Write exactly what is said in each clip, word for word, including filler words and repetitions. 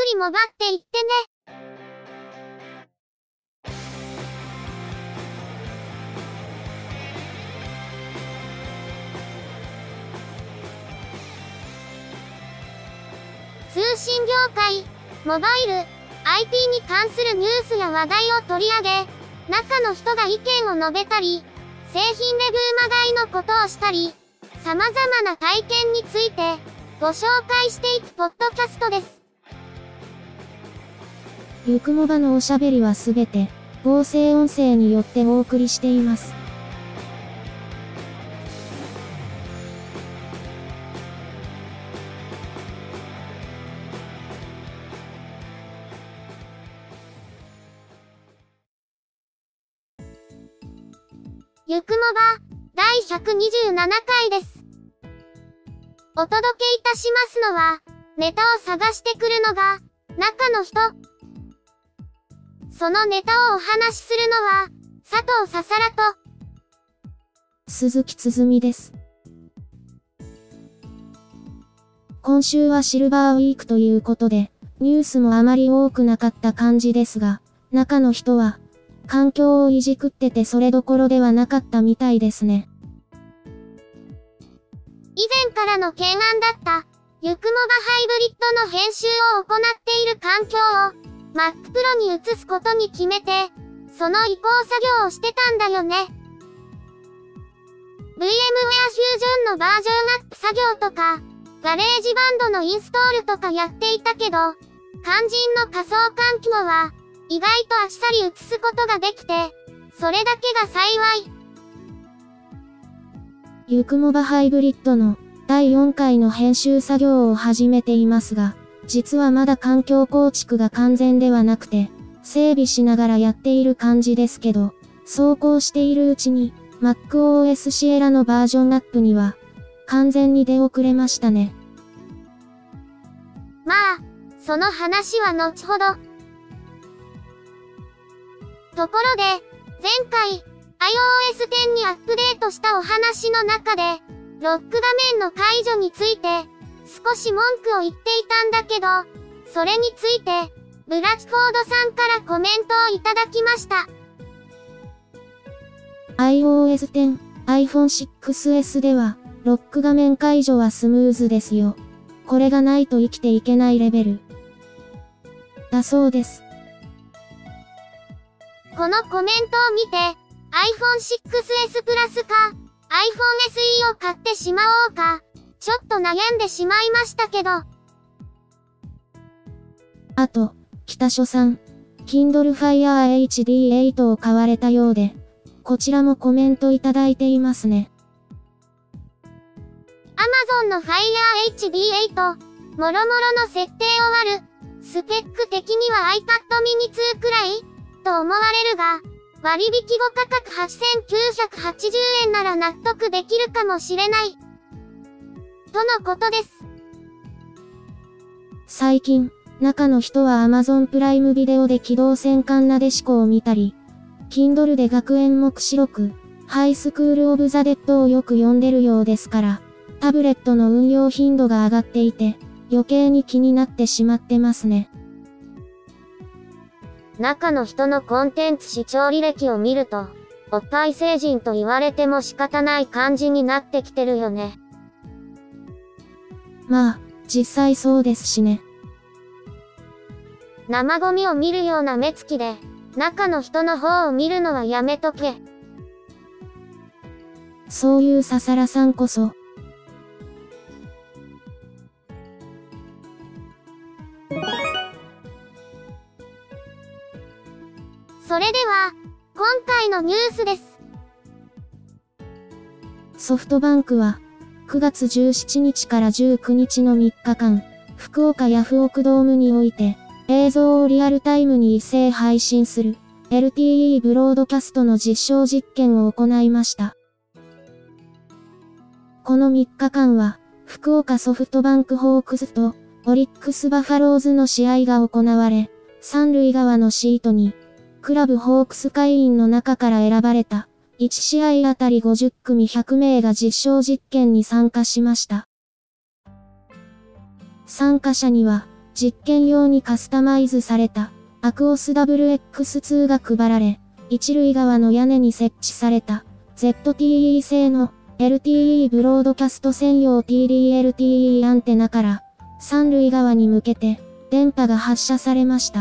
りもばっていってね。通信業界、モバイル、アイティー に関するニュースや話題を取り上げ、中の人が意見を述べたり、製品レビューまがいのことをしたり、様々な体験についてご紹介していくポッドキャストです。 ゆくもばのおしゃべりはすべて合成音声によってお送りしています。 ゆくもばだいひゃくにじゅうななかいです。お届けいたしますのは、ネタを探してくるのが中の人。そのネタをお話しするのは佐藤ささらと鈴木つづみです。今週はシルバーウィークということで、ニュースもあまり多くなかった感じですが、中の人は環境をいじくっててそれどころではなかったみたいですね。 以前からの懸案だったゆくもばハイブリッドの編集を行っている環境を Mac Pro に移すことに決めて、その移行作業をしてたんだよね。VMware Fusion のバージョンアップ作業とか、ガレージバンドのインストールとかやっていたけど、肝心の仮想環境は意外とあっさり移すことができて、それだけが幸い。 ゆくもばハイブリッドのだいよんかいの編集作業を始めていますが、実はまだ環境構築が完全ではなくて、整備しながらやっている感じですけど、そうこうしているうちに、MacOS Sierra のバージョンアップには、完全に出遅れましたね。 まあ、その話は後ほど。ところで、前回、アイオーエステン にアップデートしたお話の中で、ロック画面の解除について、少し文句を言っていたんだけど、それについて、ブラチコードさんからコメントをいただきました。 アイオーエステン、アイフォンシックスエス では、ロック画面解除はスムーズですよ。これがないと生きていけないレベル。だそうです。 このコメントを見て、アイフォンシックスエス プラスか、アイフォンエスイー を買ってしまおうか、ちょっと悩んでしまいましたけど。 あと、北所さん、Kindle Fire エイチディーエイト を買われたようで、こちらもコメントいただいていますね。 Amazon の Fire エイチディーエイト、もろもろの設定を割る、スペック的には iPad mini ツーくらいと思われるが、割引後価格はっせんきゅうひゃくはちじゅうえんなら納得できるかもしれない。とのことです。 最近、中の人は Amazon プライムビデオで機動戦艦なでしこを見たり、Kindle で学園目視録、ハイスクールオブザ・デッドをよく読んでるようですから、タブレットの運用頻度が上がっていて、余計に気になってしまってますね。 中の人のコンテンツ視聴履歴を見ると、おっぱい成人と言われても仕方ない感じになってきてるよね。 まあ、実際そうですしね。 生ゴミを見るような目つきで、中の人の方を見るのはやめとけ。 そういうささらさんこそ。 それでは、今回のニュースです。 ソフトバンクは、くがつじゅうしちにちからじゅうくにちのみっかかん、福岡ヤフオクドームにおいて、映像をリアルタイムに一斉配信する、エルティーイー ブロードキャストの実証実験を行いました。このみっかかんは、福岡ソフトバンクホークスと、オリックスバファローズの試合が行われ、三塁側のシートに、クラブホークス会員の中から選ばれた、いちしあいあたりごじゅっくみひゃくめいが実証実験に参加しました。参加者には、 実験用にカスタマイズされたアクオス ダブリューエックスツー が配られ、一塁側の屋根に設置された ゼットティーイー 製の エルティーイー ブロードキャスト専用 ティーディーエルティーイー アンテナから三塁側に向けて電波が発射されました。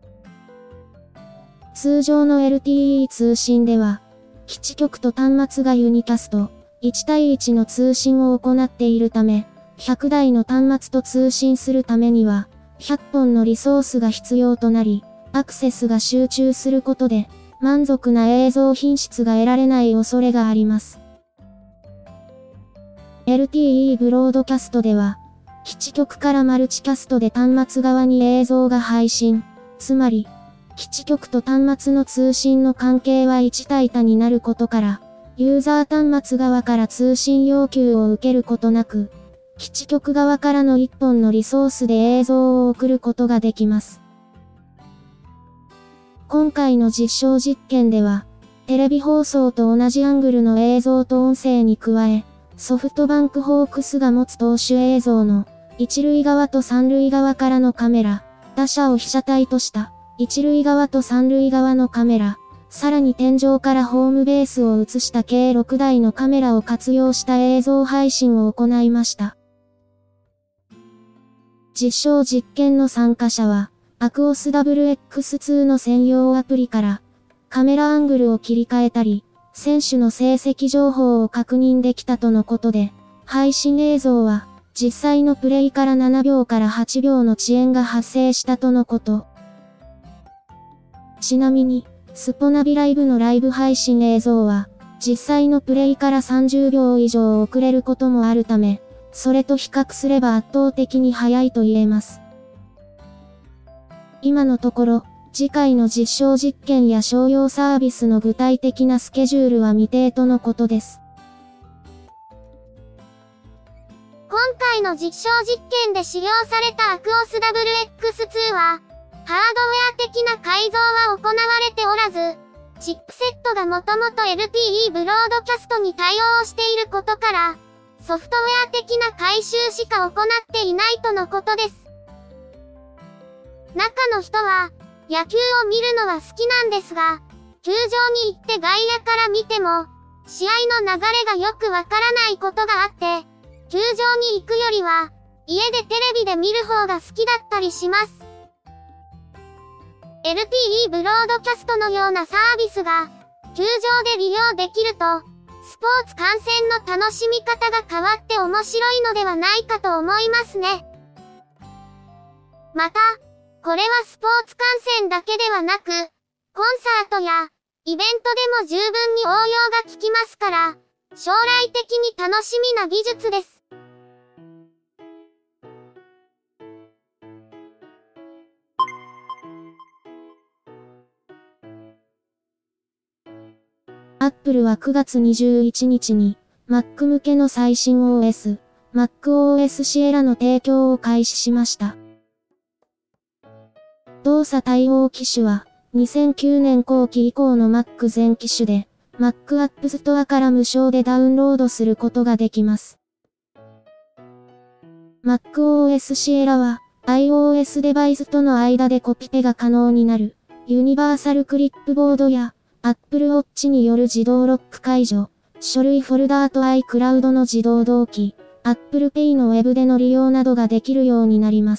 通常の エルティーイー 通信では、基地局と端末がユニキャストいち対いちの通信を行っているため、ひゃくだいの端末と通信するためには、ひゃっぽんのリソースが必要となり、アクセスが集中することで、満足な映像品質が得られない恐れがあります。エルティーイー ブロードキャストでは、基地局からマルチキャストで端末側に映像が配信、つまり、基地局と端末の通信の関係はいち対多になることから、ユーザー端末側から通信要求を受けることなく、基地局側からのいっぽんのリソースで映像を送ることができます。今回の実証実験では、テレビ放送と同じアングルの映像と音声に加え、ソフトバンクホークスが持つ投手映像の一塁側と三塁側からのカメラ、打者を被写体とした一塁側と三塁側のカメラ、さらに天井からホームベースを映した計ろくだいのカメラを活用した映像配信を行いました。実証実験の参加者は、アクオス ダブリューエックスツー の専用アプリから、カメラアングルを切り替えたり、選手の成績情報を確認できたとのことで、配信映像は、実際のプレイからななびょうからはちびょうの遅延が発生したとのこと。ちなみに、スポナビライブのライブ配信映像は、実際のプレイからさんじゅうびょう以上遅れることもあるため、それと比較すれば圧倒的に早いと言えます。今のところ、次回の実証実験や商用サービスの具体的なスケジュールは未定とのことです。 今回の実証実験で使用されたアクオス ダブリューエックスツー は、ハードウェア的な改造は行われておらず、チップセットがもともと エルティーイー ブロードキャストに対応していることから、ソフトウェア的な改修しか行っていないとのことです。中の人は、野球を見るのは好きなんですが、球場に行って外野から見ても、試合の流れがよくわからないことがあって、球場に行くよりは、家でテレビで見る方が好きだったりします。エルティーイー ブロードキャストのようなサービスが、球場で利用できると、スポーツ観戦の楽しみ方が変わって面白いのではないかと思いますね。また、これはスポーツ観戦だけではなく、コンサートやイベントでも十分に応用が効きますから、将来的に楽しみな技術です。 Apple はくがつにじゅういちにちに Mac 向けの最新 オーエス、MacOS Sierra の提供を開始しました。動作対応機種はにせんきゅうねん後期以降の Mac 全機種で Mac App Store から無償でダウンロードすることができます。MacOS Sierra は iOS デバイスとの間でコピペが可能になるユニバーサルクリップボードやApple Watch による自動ロック解除、書類フォルダーと iCloud の自動同期、Apple Pay のウェブでの利用などができるようになります。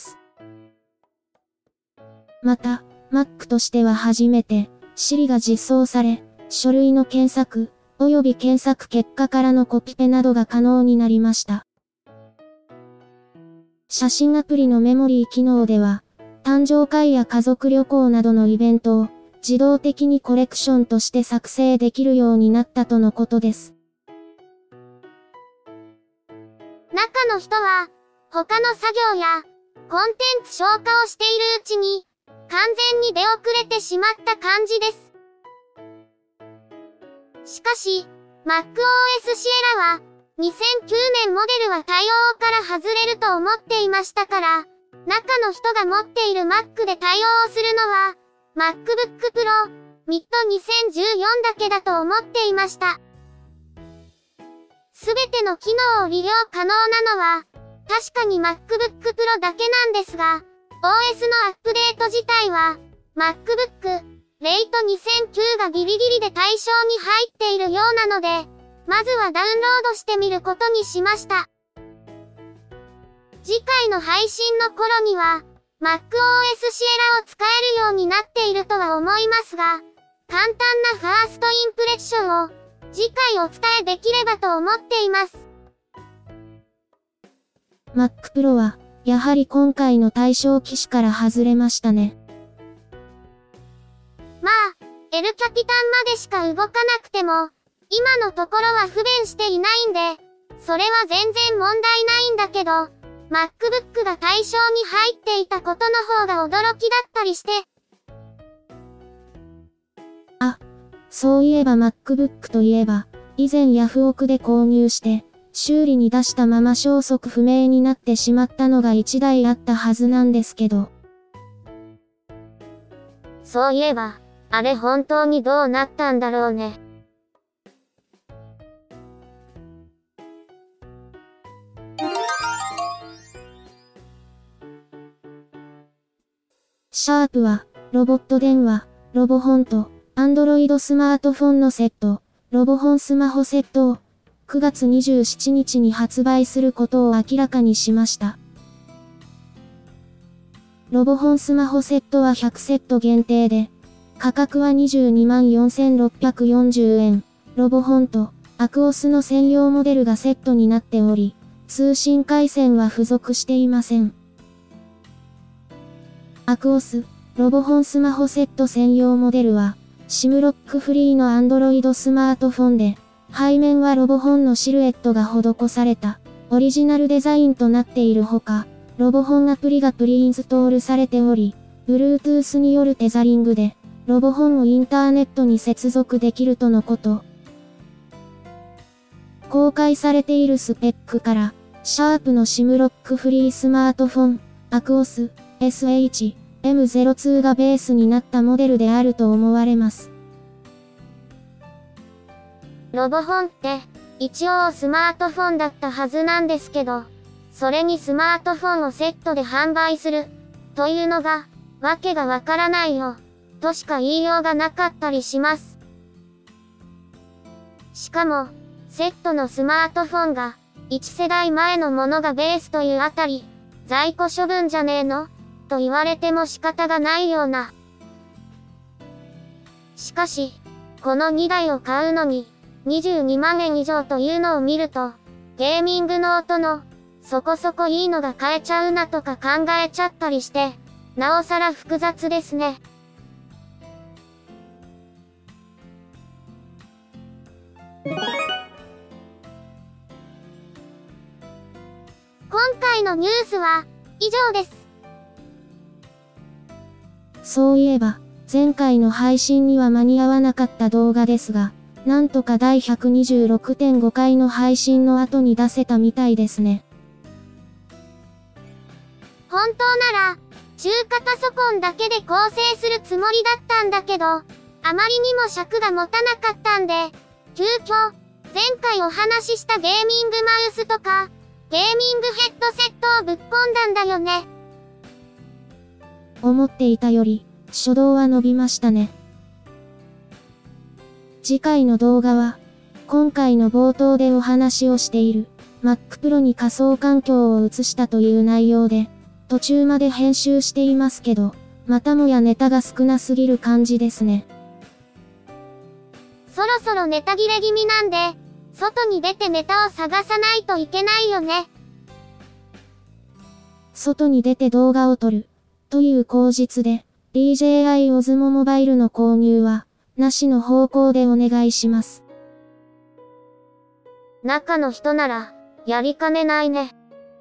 また、Mac としては初めて、Siri が実装され、書類の検索、及び検索結果からのコピペなどが可能になりました。写真アプリのメモリー機能では、誕生会や家族旅行などのイベントを、自動的にコレクションとして作成できるようになったとのことです。 中の人は、他の作業や、コンテンツ消化をしているうちに、完全に出遅れてしまった感じです。しかし、MacOS Sierra は、にせんきゅうねんモデルは対応から外れると思っていましたから、中の人が持っている Mac で対応するのは、MacBook Pro、ミッドにせんじゅうよんだけだと思っていました。すべての機能を利用可能なのは、確かに MacBook Pro だけなんですが、 オーエス のアップデート自体は、MacBook、レイトにせんきゅうがギリギリで対象に入っているようなので、まずはダウンロードしてみることにしました。次回の配信の頃には、MacOS Sierra を使えるようになっているとは思いますが、簡単なファーストインプレッションを次回お伝えできればと思っています。 Mac Pro は、やはり今回の対象機種から外れましたね。 まあ、エルキャピタンまでしか動かなくても、今のところは不便していないんで、それは全然問題ないんだけど、MacBook が対象に入っていたことの方が驚きだったりして。 あ、そういえば MacBook といえば、以前ヤフオクで購入して、修理に出したまま消息不明になってしまったのがいちだいあったはずなんですけど。 そういえば、あれ本当にどうなったんだろうね。 シャープは、ロボット電話、ロボホンと、Android スマートフォンのセット、ロボホンスマホセットを、くがつにじゅうしちにちに発売することを明らかにしました。ロボホンスマホセットはひゃくセット限定で、価格は にじゅうにまんよんせんろっぴゃくよんじゅうえん、ロボホンと、アクオスの専用モデルがセットになっており、通信回線は付属していません。アクオス、ロボホンスマホセット専用モデルは、SIM ロックフリーの Android スマートフォンで、背面はロボホンのシルエットが施された、オリジナルデザインとなっているほか、ロボホンアプリがプリインストールされており、Bluetooth によるテザリングで、ロボホンをインターネットに接続できるとのこと。公開されているスペックから、シャープの SIM ロックフリースマートフォン、アクオス、エスエイチ、エムゼロツー がベースになったモデルであると思われます。 ロボホンって、一応スマートフォンだったはずなんですけど、それにスマートフォンをセットで販売する、というのが、わけがわからないよ、としか言いようがなかったりします。しかも、セットのスマートフォンが、いち世代前のものがベースというあたり、在庫処分じゃねえのと言われても仕方がないような。しかし、このにだいを買うのに、にじゅうにまんえん以上というのを見ると、ゲーミングの音の、そこそこいいのが買えちゃうなとか考えちゃったりして、なおさら複雑ですね。今回のニュースは、以上です。 そういえば、前回の配信には間に合わなかった動画ですが、なんとかだいひゃくにじゅうろくてんごかいの配信の後に出せたみたいですね。 本当なら、中華パソコンだけで構成するつもりだったんだけど、あまりにも尺が持たなかったんで、急遽、前回お話ししたゲーミングマウスとか、ゲーミングヘッドセットをぶっ込んだんだよね。 思っていたより、初動は伸びましたね。次回の動画は、今回の冒頭でお話をしている、Mac Pro に仮想環境を移したという内容で、途中まで編集していますけど、またもやネタが少なすぎる感じですね。 そろそろネタ切れ気味なんで、外に出てネタを探さないといけないよね。 外に出て動画を撮る、という口実で、ディージェーアイ Osmo モバイルの購入は、なしの方向でお願いします。 中の人なら、やりかねないね。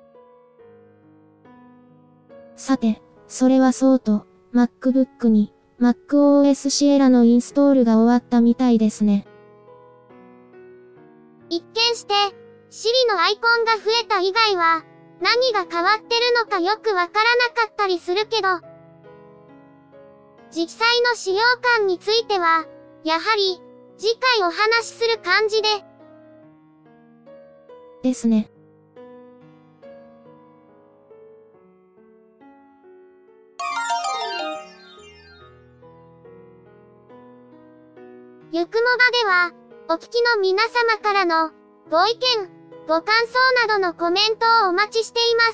さて、それはそうと、MacBook に、MacOS Sierra のインストールが終わったみたいですね。 一見して、Siri のアイコンが増えた以外は、何が変わってるのかよくわからなかったりするけど、実際の使用感については、やはり、次回お話しする感じで。 ですね。 ゆくもばでは、お聞きの皆様からのご意見、ご感想などのコメントをお待ちしています。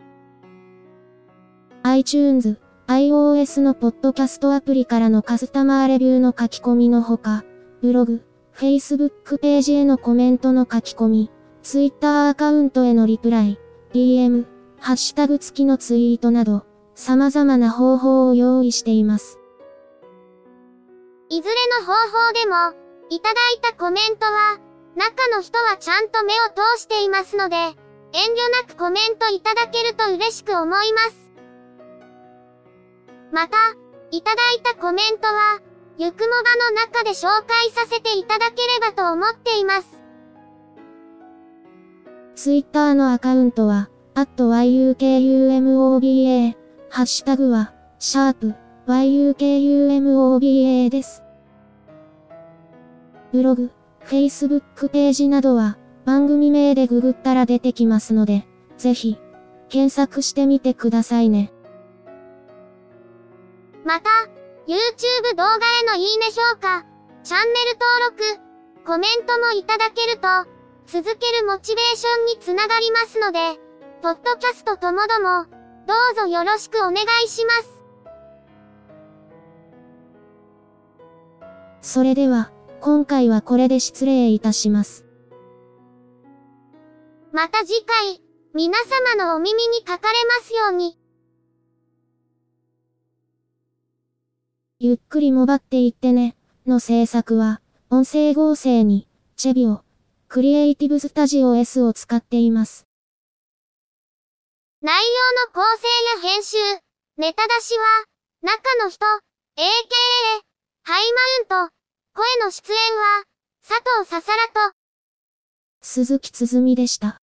iTunes、iOS のポッドキャストアプリからのカスタマーレビューの書き込みのほか、ブログ、Facebook ページへのコメントの書き込み、Twitter アカウントへのリプライ、ディーエム、ハッシュタグ付きのツイートなど、様々な方法を用意しています。 いずれの方法でも、いただいたコメントは、中の人はちゃんと目を通していますので、遠慮なくコメントいただけると嬉しく思います。また、いただいたコメントは、ゆくもばの中で紹介させていただければと思っています。 Twitter のアカウントは、アットワイユーケーユーエムオービーエー、ハッシュタグは、シャープ、ワイユーケーユーエムオービーエー です。ブログ、Facebook ページなどは、番組名でググったら出てきますので、ぜひ、検索してみてくださいね。 また、YouTube 動画へのいいね評価、チャンネル登録、コメントもいただけると、続けるモチベーションにつながりますので、ポッドキャストともども、どうぞよろしくお願いします。 それでは、今回はこれで失礼いたします。 また次回、皆様のお耳にかかれますように。 ゆっくりもばっていってね、の制作は、音声合成に、チェビオ、クリエイティブスタジオ S を使っています。 内容の構成や編集、ネタ出しは、中の人、エーケーエー、ハイマウント、声の出演は、佐藤ささらと、 鈴木つづみでした。